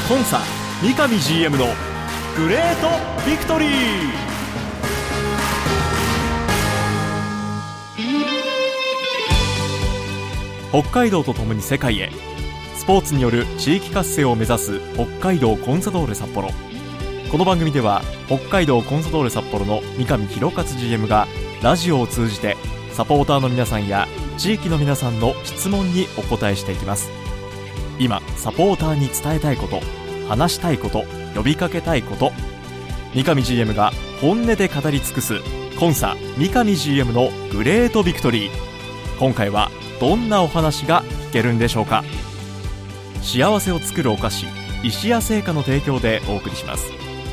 コンサ三上 GM のグレートビクトリー。北海道とともに世界へ、スポーツによる地域活性を目指す北海道コンサドーレ札幌。この番組では北海道コンサドーレ札幌の三上弘勝 GM がラジオを通じてサポーターの皆さんや地域の皆さんの質問にお答えしていきます。今サポーターに伝えたいこと、話したいこと、呼びかけたいこと、三上 GM が本音で語り尽くすコンサ三上 GM のグレートビクトリー。今回はどんなお話が聞けるんでしょうか。幸せを作るお菓子、石屋製菓の提供でお送りします。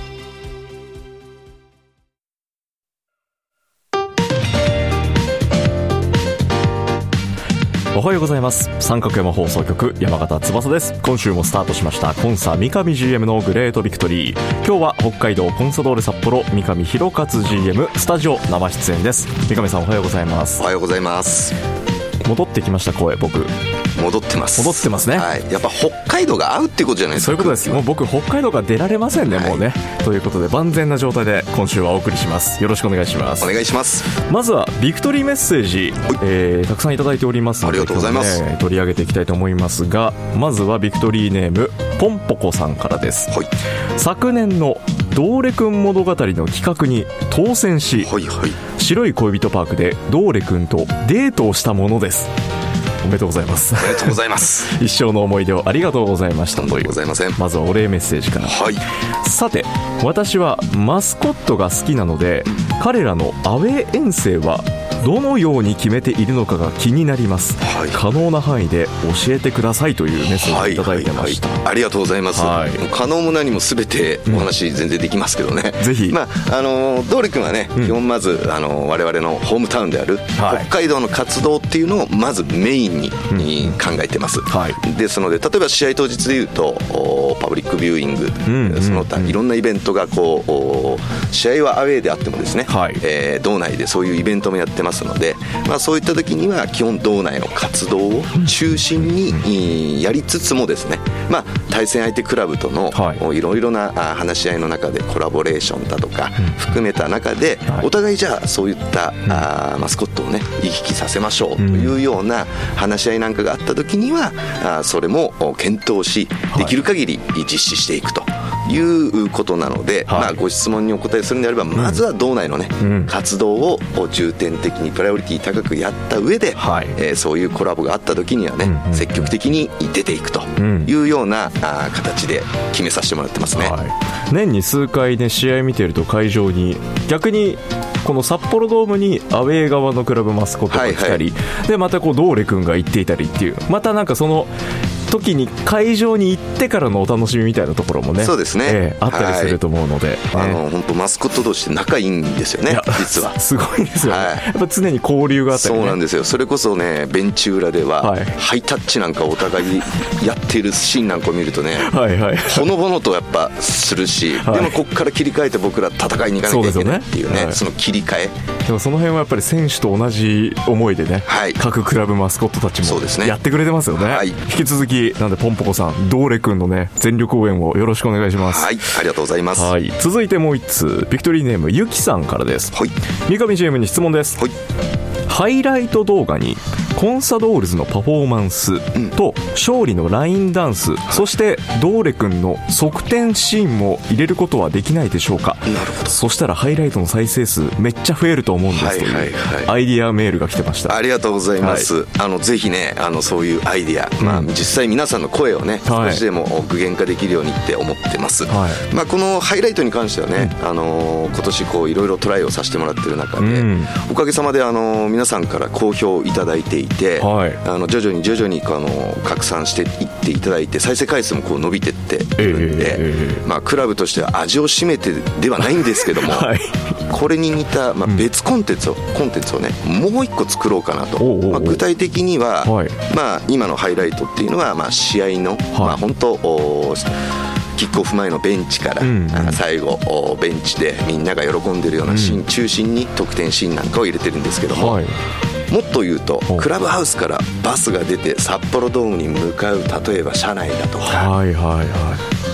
おはようございます。三角山放送局山形翼です。今週もスタートしましたコンサ三上 GM のグレートビクトリー。今日は北海道コンサドーレ札幌三上弘勝 GM スタジオ生出演です。三上さんおはようございます。 おはようございます。 戻ってきました。声僕戻ってます。 戻ってますね、 はい、やっぱ北海道が合うっていうことじゃないですか。 そういうことです。もう僕北海道から出られませんね、はい、もうね。ということで万全な状態で今週はお送りします。よろしくお願いします。 お願いします。 まずはビクトリーメッセージ、たくさんいただいておりますので、 ありがとうございます。 取り上げていきたいと思いますが、まずはビクトリーネームポンポコさんからです、はい、昨年のドーレくん物語の企画に当選し、はいはい、白い恋人パークでドーレくんとデートをしたものです。おめでとうございます。 おめでとうございます一生の思い出をありがとうございましたという。 ございません。 まずはお礼メッセージから、はい、さて私はマスコットが好きなので、彼らのアウェー遠征はどのように決めているのかが気になります、はい、可能な範囲で教えてくださいというメッセージをいただいてました、 はいはいはい、ありがとうございます、はい、可能も何も全てお話全然できますけどね、 ぜひ、 ドーレ君はね、基本まず我々のホームタウンである北海道の活動っていうのをまずメインに考えてます、はい、ですので例えば試合当日でいうとパブリックビューイング、その他いろんなイベントがこう試合はアウェーであってもですね、はい、道内でそういうイベントもやってますので、そういった時には基本道内の活動を中心にやりつつもですね、対戦相手クラブとのいろいろな話し合いの中でコラボレーションだとか含めた中で、お互いじゃあそういったマスコットをね行き来させましょうというような話し合いなんかがあった時にはそれも検討し、できる限り実施していくということなので、ご質問にお答えするのであれば、まずは道内のね、活動を重点的にプライオリティ高くやった上で、そういうコラボがあった時にはね、積極的に出ていくというような形で決めさせてもらってますね、はい、 年に数回ね試合見てると会場に逆にこの札幌ドームにアウェー側のクラブマスコットが来たり、でまたこうドーレ君が行っていたりっていう、またなんかその時に会場に行ってからのお楽しみみたいなところもね、 そうですね、 あったりすると思うので、 本当マスコット同士って仲いいんですよね、実はすごいですよね、やっぱ常に交流があったり、ね、 そうなんですよ。それこそねベンチ裏では、ハイタッチなんかお互いやっているシーンなんかを見るとねほのぼのとやっぱするし、でもここから切り替えて僕ら戦いに行かなきゃいけないっていうね、その切り替え、 でもその辺はやっぱり選手と同じ思いでね、各クラブマスコットたちもやってくれてますよね、引き続きなんでポンポコさん、ドーレ君のね全力応援をよろしくお願いします。 はい、ありがとうございます、 はい、続いてもう一通ビクトリーネームゆきさんからです、はい、三上 GM に質問です、はい、ハイライト動画にコンサドールズのパフォーマンスと勝利のラインダンス、そしてドーレ君の側転シーンも入れることはできないでしょうか。 なるほど。 そしたらハイライトの再生数めっちゃ増えると思うんですというアイディアメールが来てました。 ありがとうございます、ぜひねそういうアイディア、実際皆さんの声をね少しでも具現化できるようにって思ってます、このハイライトに関してはね、今年こういろいろトライをさせてもらってる中で、おかげさまで皆さんから好評いただいていて、徐々に拡散していっていただいて再生回数もこう伸びてっているんで、クラブとしては味を占めてではないんですけども、これに似た、別コンテンツをねもう一個作ろうかなと。具体的には、今のハイライトっていうのは、試合の、本当キックオフ前のベンチから、最後ベンチでみんなが喜んでるようなシーン中心に得点シーンなんかを入れてるんですけども、もっと言うとクラブハウスからバスが出て札幌ドームに向かう、例えば車内だとか、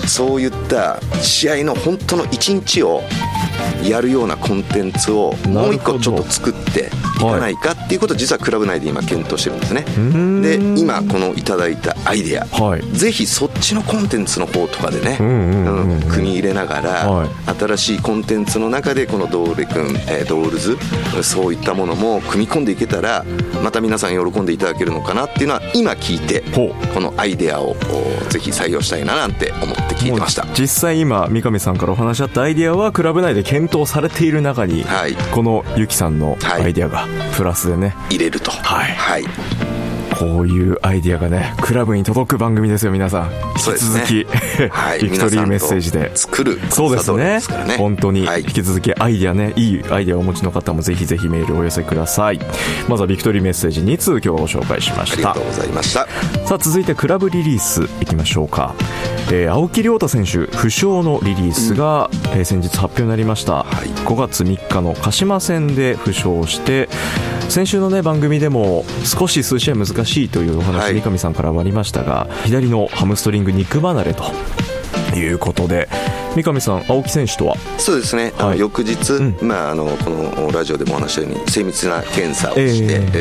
そういった試合の本当の1日をやるようなコンテンツをもう一個ちょっと作っていかないかっていうことを実はクラブ内で今検討してるんですね。で今このいただいたアイデア、ぜひそっちのコンテンツの方とかでね組み入れながら、新しいコンテンツの中でこのドーレ君、ドールズ、そういったものも組み込んでいけたらまた皆さん喜んでいただけるのかなっていうのは今聞いてこのアイデアをぜひ採用したいななんて思って聞いてました。 実際今三上さんからお話しあったアイデアはクラブ内で検討されている中に、このゆきさんのアイデアがプラスでね、 入れると、 こういうアイデアがねクラブに届く番組ですよ。皆さん引き続き、ビクトリーメッセージで作るそうですね、本当に引き続きアイデアね、いいアイデアをお持ちの方もぜひぜひメールをお寄せください。まずはビクトリーメッセージ2通今日はご紹介しました。 ありがとうございました。 さあ続いてクラブリリースいきましょうか。青木亮太選手負傷のリリースが、先日発表になりました、5月3日の鹿島戦で負傷して、先週の、ね、番組でも少し数試合難しいというお話、三上さんからもありましたが、左のハムストリング肉離れということで、三上さん青木選手とはそうですね、翌日、このラジオでもお話したように精密な検査をして、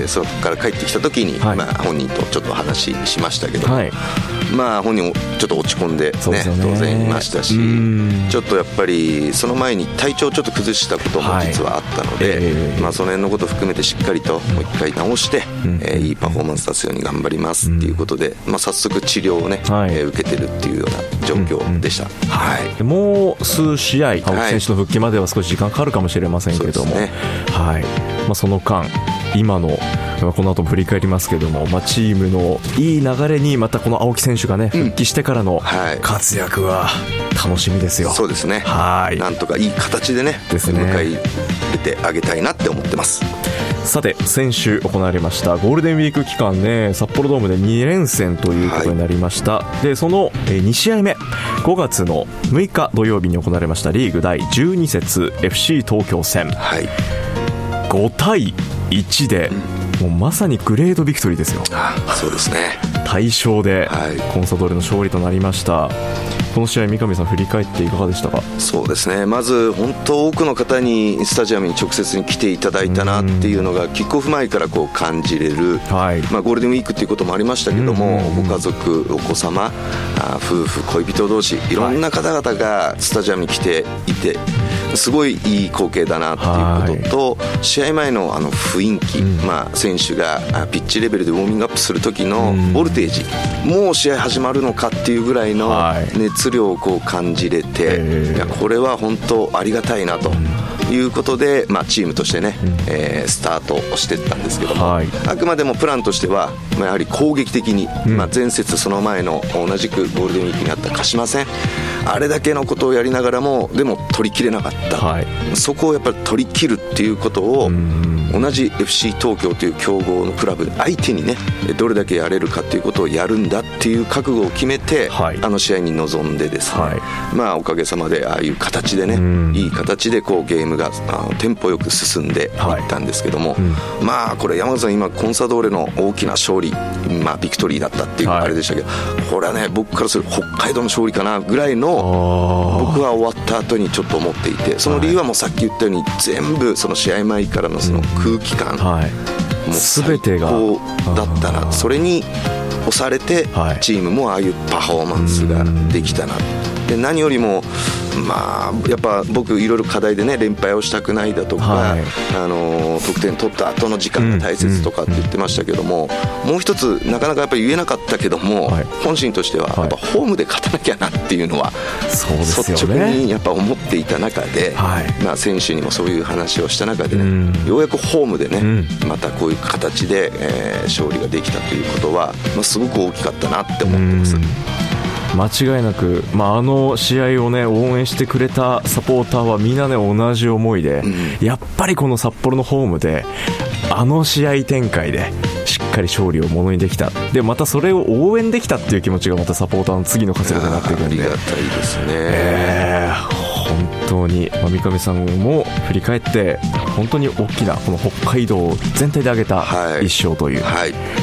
そこから帰ってきた時に、本人とちょっと話しましたけども、本人もちょっと落ち込んで、当然いましたし、ちょっとやっぱりその前に体調をちょっと崩したことも実はあったので、その辺のことを含めてしっかりともう一回直して、いいパフォーマンス出すように頑張りますっていうことで、早速治療をね、受けてるっていうような状況でした。 もう数試合青木選手の復帰までは少し時間かかるかもしれませんけれども、その間今のこの後も振り返りますけども、チームのいい流れにまたこの青木選手がね復帰してからの活躍は楽しみですよ。 そうですね、なんとかいい形でね迎え入れてあげたいなって思ってます。 さて先週行われましたゴールデンウィーク期間ね、札幌ドームで2連戦ということになりました、でその2試合目5月の6日土曜日に行われましたリーグ第12節 FC 東京戦、5対1で、もうまさにグレードビクトリーですよ。 そうですね、 大勝でコンサドーレの勝利となりました。この試合三上さん振り返っていかがでしたか？ そうですね、まず本当多くの方にスタジアムに直接に来ていただいたなっていうのがキックオフ前からこう感じれる、ゴールデンウィークっていうこともありましたけども、ご家族お子様夫婦恋人同士いろんな方々がスタジアムに来ていて、すごいいい光景だなっていうことと、試合前の雰囲気、選手がピッチレベルでウォーミングアップする時のボルテージ、もう試合始まるのかっていうぐらいの熱量をこう感じれて、いやこれは本当ありがたいなということで、チームとしてね、スタートをしていったんですけども、あくまでもプランとしては、やはり攻撃的に、前節その前の同じくゴールデンウィークにあった鹿島戦、あれだけのことをやりながらもでも取りきれなかった、そこをやっぱり取り切るっていうことを、同じ FC 東京という強豪のクラブ相手にねどれだけやれるかということをやるんだっていう覚悟を決めて、あの試合に臨んでですね、おかげさまでああいう形でね、いい形でこうゲームがテンポよく進んでいったんですけども、これ山田さん今コンサドーレの大きな勝利、ビクトリーだったっていうあれでしたけど、これはね僕からすると北海道の勝利かなぐらいの僕は終わった後にちょっと思っていて、その理由はもうさっき言ったように全部その試合前からのその空気感、もう全てがだったな、それに押されてチームもああいうパフォーマンスができたな。で何よりもやっぱ僕いろいろ課題でね連敗をしたくないだとか、得点取った後の時間が大切とかって言ってましたけども、もう一つなかなかやっぱり言えなかったけども、本心としてはやっぱホームで勝たなきゃなっていうのは率直にやっぱ思っていた中で、選手にもそういう話をした中でね、ようやくホームでね、またこういう形で、勝利ができたということは、すごく大きかったなって思ってます。 間違いなく、あの試合を、ね、応援してくれたサポーターはみんな、ね、同じ思いで、やっぱりこの札幌のホームであの試合展開でしっかり勝利をものにできた、でまたそれを応援できたっていう気持ちがまたサポーターの次の活力になっていくんで、 ありがたいですね、 本当に三上さんも振り返って本当に大きなこの北海道全体で挙げた1勝という、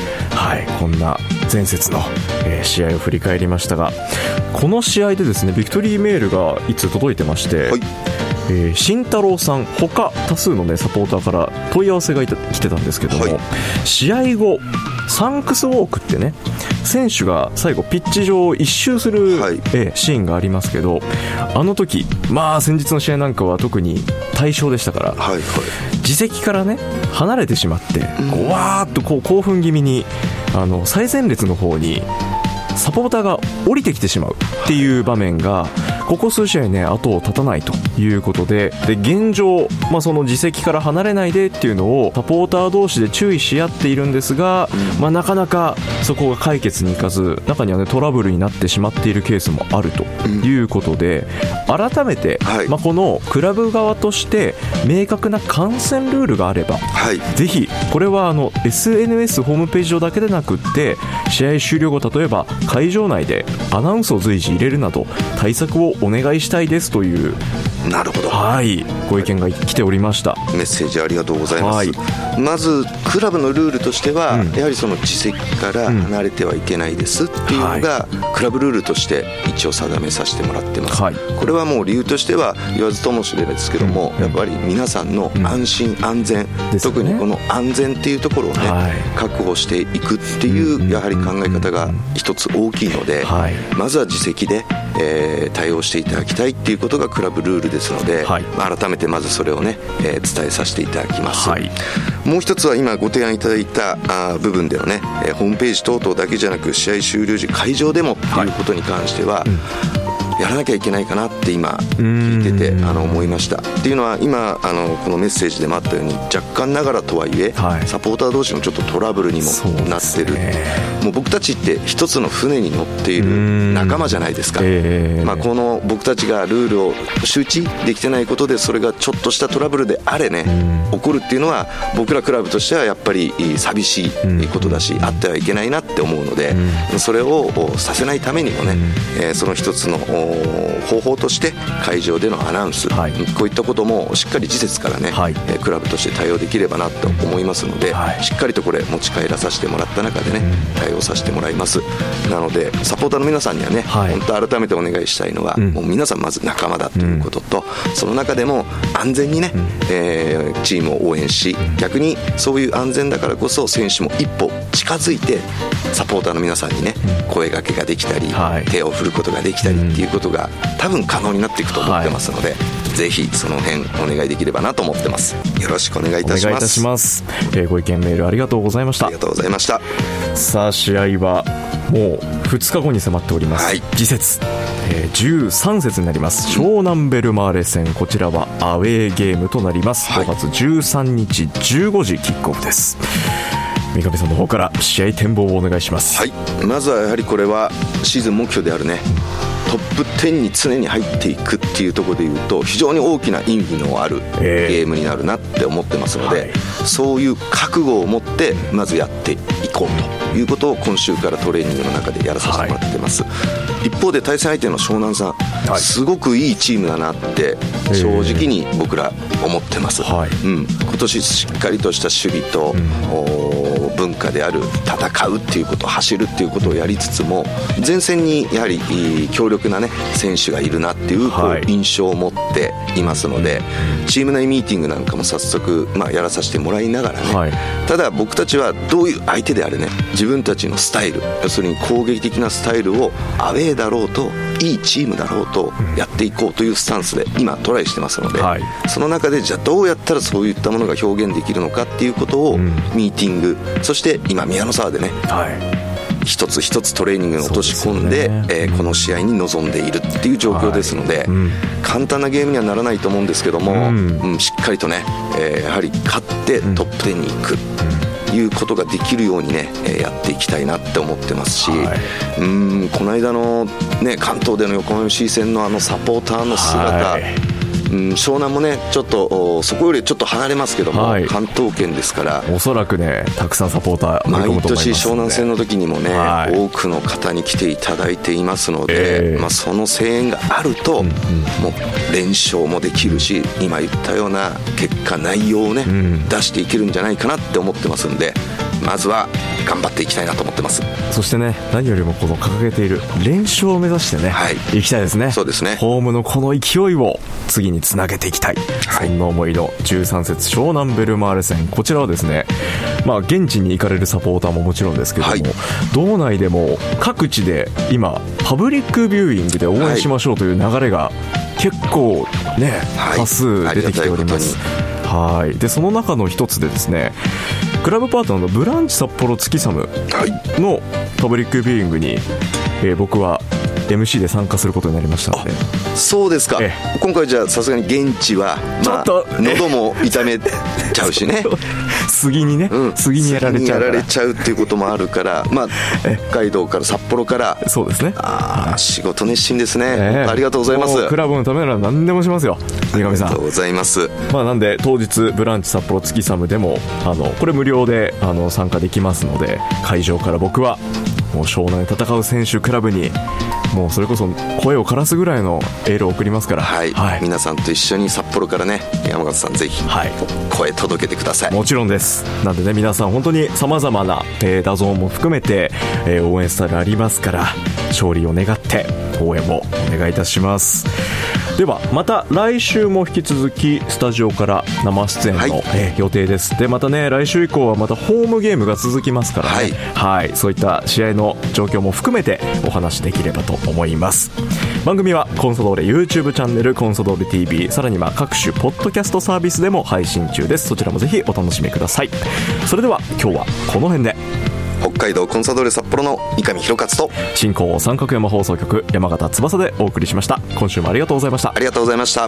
はい、こんな前節の、試合を振り返りましたが、この試合でですねビクトリーメールがいつ届いてまして、はい、慎太郎さん他多数の、ね、サポーターから問い合わせが来てたんですけども、はい、試合後サンクスウォークってね、選手が最後ピッチ上を一周する、はい、シーンがありますけど、あの時、先日の試合なんかは特に対象でしたから、はいはい、自席からね離れてしまって、わーっとこう興奮気味に最前列の方にサポーターが降りてきてしまうっていう場面がここ数試合ね後を絶たないということで、現状、その自席から離れないでっていうのをサポーター同士で注意し合っているんですが、なかなかそこが解決にいかず、中にはねトラブルになってしまっているケースもあるということで、改めて、このクラブ側として明確な観戦ルールがあれば、ぜひこれはSNS ホームページ上だけでなくって、試合終了後例えば会場内でアナウンスを随時入れるなど対策をお願いしたいですという、 なるほど、 ご意見が来ておりました。 メッセージありがとうございます。まずクラブのルールとしては、やはりその自席から離れてはいけないですっていうのが、クラブルールとして一応定めさせてもらってます。これはもう理由としては言わずともしれないですけども、やっぱり皆さんの安心安全、特にこの安全っていうところをね、確保していくっていうやはり考え方が一つ大きいので、まずは自席で対応していただきたいっていうことがクラブルールですので、改めてまずそれをね、伝えさせていただきます。もう一つは今ご提案いただいた部分でのね、ホームページ等々だけじゃなく試合終了時会場でもっていうことに関しては、やらなきゃいけないかなって今聞いてて思いました。っていうのは今このメッセージでもあったように、若干ながらとはいえ、サポーター同士のちょっとトラブルにもなってる、もう僕たちって一つの船に乗っている仲間じゃないですか。この僕たちがルールを周知できてないことで、それがちょっとしたトラブルであれね、起こるっていうのは僕らクラブとしてはやっぱり寂しいことだし、あってはいけないなって思うので、それをさせないためにもね、その一つの方法として会場でのアナウンス、こういったこともしっかり次節からね、クラブとして対応できればなと思いますので、しっかりとこれ持ち帰らさせてもらった中でね、対応させてもらいます。なのでサポーターの皆さんにはね、本当改めてお願いしたいのは、もう皆さんまず仲間だということと、その中でも安全にね、チームを応援し、逆にそういう安全だからこそ選手も一歩近づいてサポーターの皆さんにね、声掛けができたり、手を振ることができたりっていうことが多分可能になっていくと思ってますので、ぜひその辺お願いできればなと思ってます。よろしくお願いいたします。お願いいたします。 ご意見メールありがとうございました。 ありがとうございました。 さあ試合はもう2日後に迫っております。次節、13節になります。湘南ベルマーレ戦、こちらはアウェーゲームとなります。5月13日15時キックオフです。三上さんの方から試合展望をお願いします。 まずはやはりこれはシーズン目標であるね、トップ10に常に入っていくっていうところでいうと、非常に大きな意味のあるゲームになるなって思ってますので、そういう覚悟を持ってまずやっていこうということを今週からトレーニングの中でやらさせてもらってます。一方で対戦相手の湘南さん、すごくいいチームだなって正直に僕ら思ってます。今年しっかりとした守備と、文化である戦うっていうこと、走るっていうことをやりつつも、前線にやはり強力なね選手がいるなっていう印象を持っていますので、チーム内ミーティングなんかも早速やらさせてもらいながらね、ただ僕たちはどういう相手であれね、自分たちのスタイル、要するに攻撃的なスタイルをアウェーだろうといいチームだろうとやっていこうというスタンスで今トライしてますので、その中でじゃあどうやったらそういったものが表現できるのかっていうことをミーティング、そして今宮の沢でね、一つ一つトレーニングに落とし込んで、この試合に臨んでいるっていう状況ですので、簡単なゲームにはならないと思うんですけども、しっかりとね、やはり勝ってトップ10に行くいうことができるようにね、やっていきたいなって思ってますし、この間の、ね、関東での横浜 FC 戦のサポーターの姿、湘南もねちょっとそこよりちょっと離れますけども、関東圏ですからおそらくねたくさんサポーター毎年湘南戦の時にもね、多くの方に来ていただいていますので、その声援があると、もう連勝もできるし、今言ったような結果内容をね、出していけるんじゃないかなって思ってますんで、まずは頑張っていきたいなと思ってます。 そしてね、何よりもこの掲げている連勝を目指してね、いきたいですね。 そうですね。 ホームのこの勢いを次につなげていきたい、そんな思いの13節湘南ベルマーレ戦、こちらはですね、現地に行かれるサポーターももちろんですけども、道内でも各地で今パブリックビューイングで応援しましょうという流れが結構ね、多数出てきております。でその中の一つでですね、クラブパートナーのブランチ札幌月サムのパブリックビューイングに、僕は MC で参加することになりましたので。 そうですか。今回じゃあさすがに現地はちょっと、喉も痛めちゃうしね杉にね、杉にやられちゃうっていうこともあるから、北海道から札幌から。 そうですね。 仕事熱心ですね。ありがとうございます。 クラブのためなら何でもしますよ、三上さん。 ありがとうございます。 なんで当日ブランチ札幌月サムでもこれ無料で参加できますので、会場から僕はもう湘南で戦う選手クラブにもうそれこそ声を枯らすぐらいのエールを送りますから、 皆さんと一緒に札幌からね、山形さんぜひ声届けてください。 もちろんです。なんでね、皆さん本当に様々なダゾーンも含めて応援スタイルありますから、勝利を願って応援もお願いいたします。ではまた来週も引き続きスタジオから生出演の、予定です。でまたね、来週以降はまたホームゲームが続きますからね、そういった試合の状況も含めてお話できればと思います。番組はコンソドーレ YouTube チャンネル、コンソドーレ TV、 さらには各種ポッドキャストサービスでも配信中です。そちらもぜひお楽しみください。それでは今日はこの辺で。 北海道コンサドーレ札幌の三上博勝と進行三角山放送局山形翼でお送りしました。今週もありがとうございました。 ありがとうございました。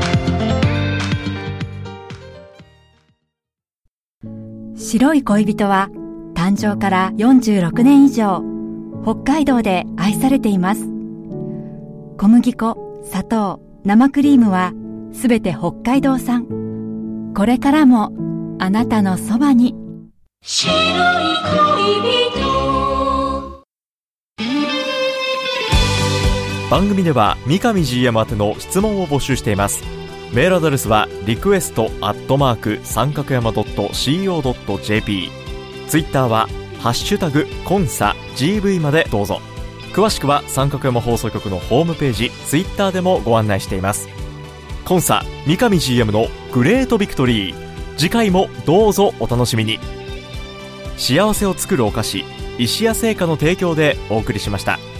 白い恋人は誕生から46年以上北海道で愛されています。小麦粉、砂糖、生クリームはすべて北海道産。これからもあなたのそばに。白い恋人。 番組では三上 GM 宛ての質問を募集しています。メールアドレスはrequest@三角山.co.jp、 ツイッターはハッシュタグコンサ GV までどうぞ。詳しくは三角山放送局のホームページ、ツイッターでもご案内しています。コンサ三上 GM のグレートビクトリー、次回もどうぞお楽しみに。幸せを作るお菓子、石屋製菓の提供でお送りしました。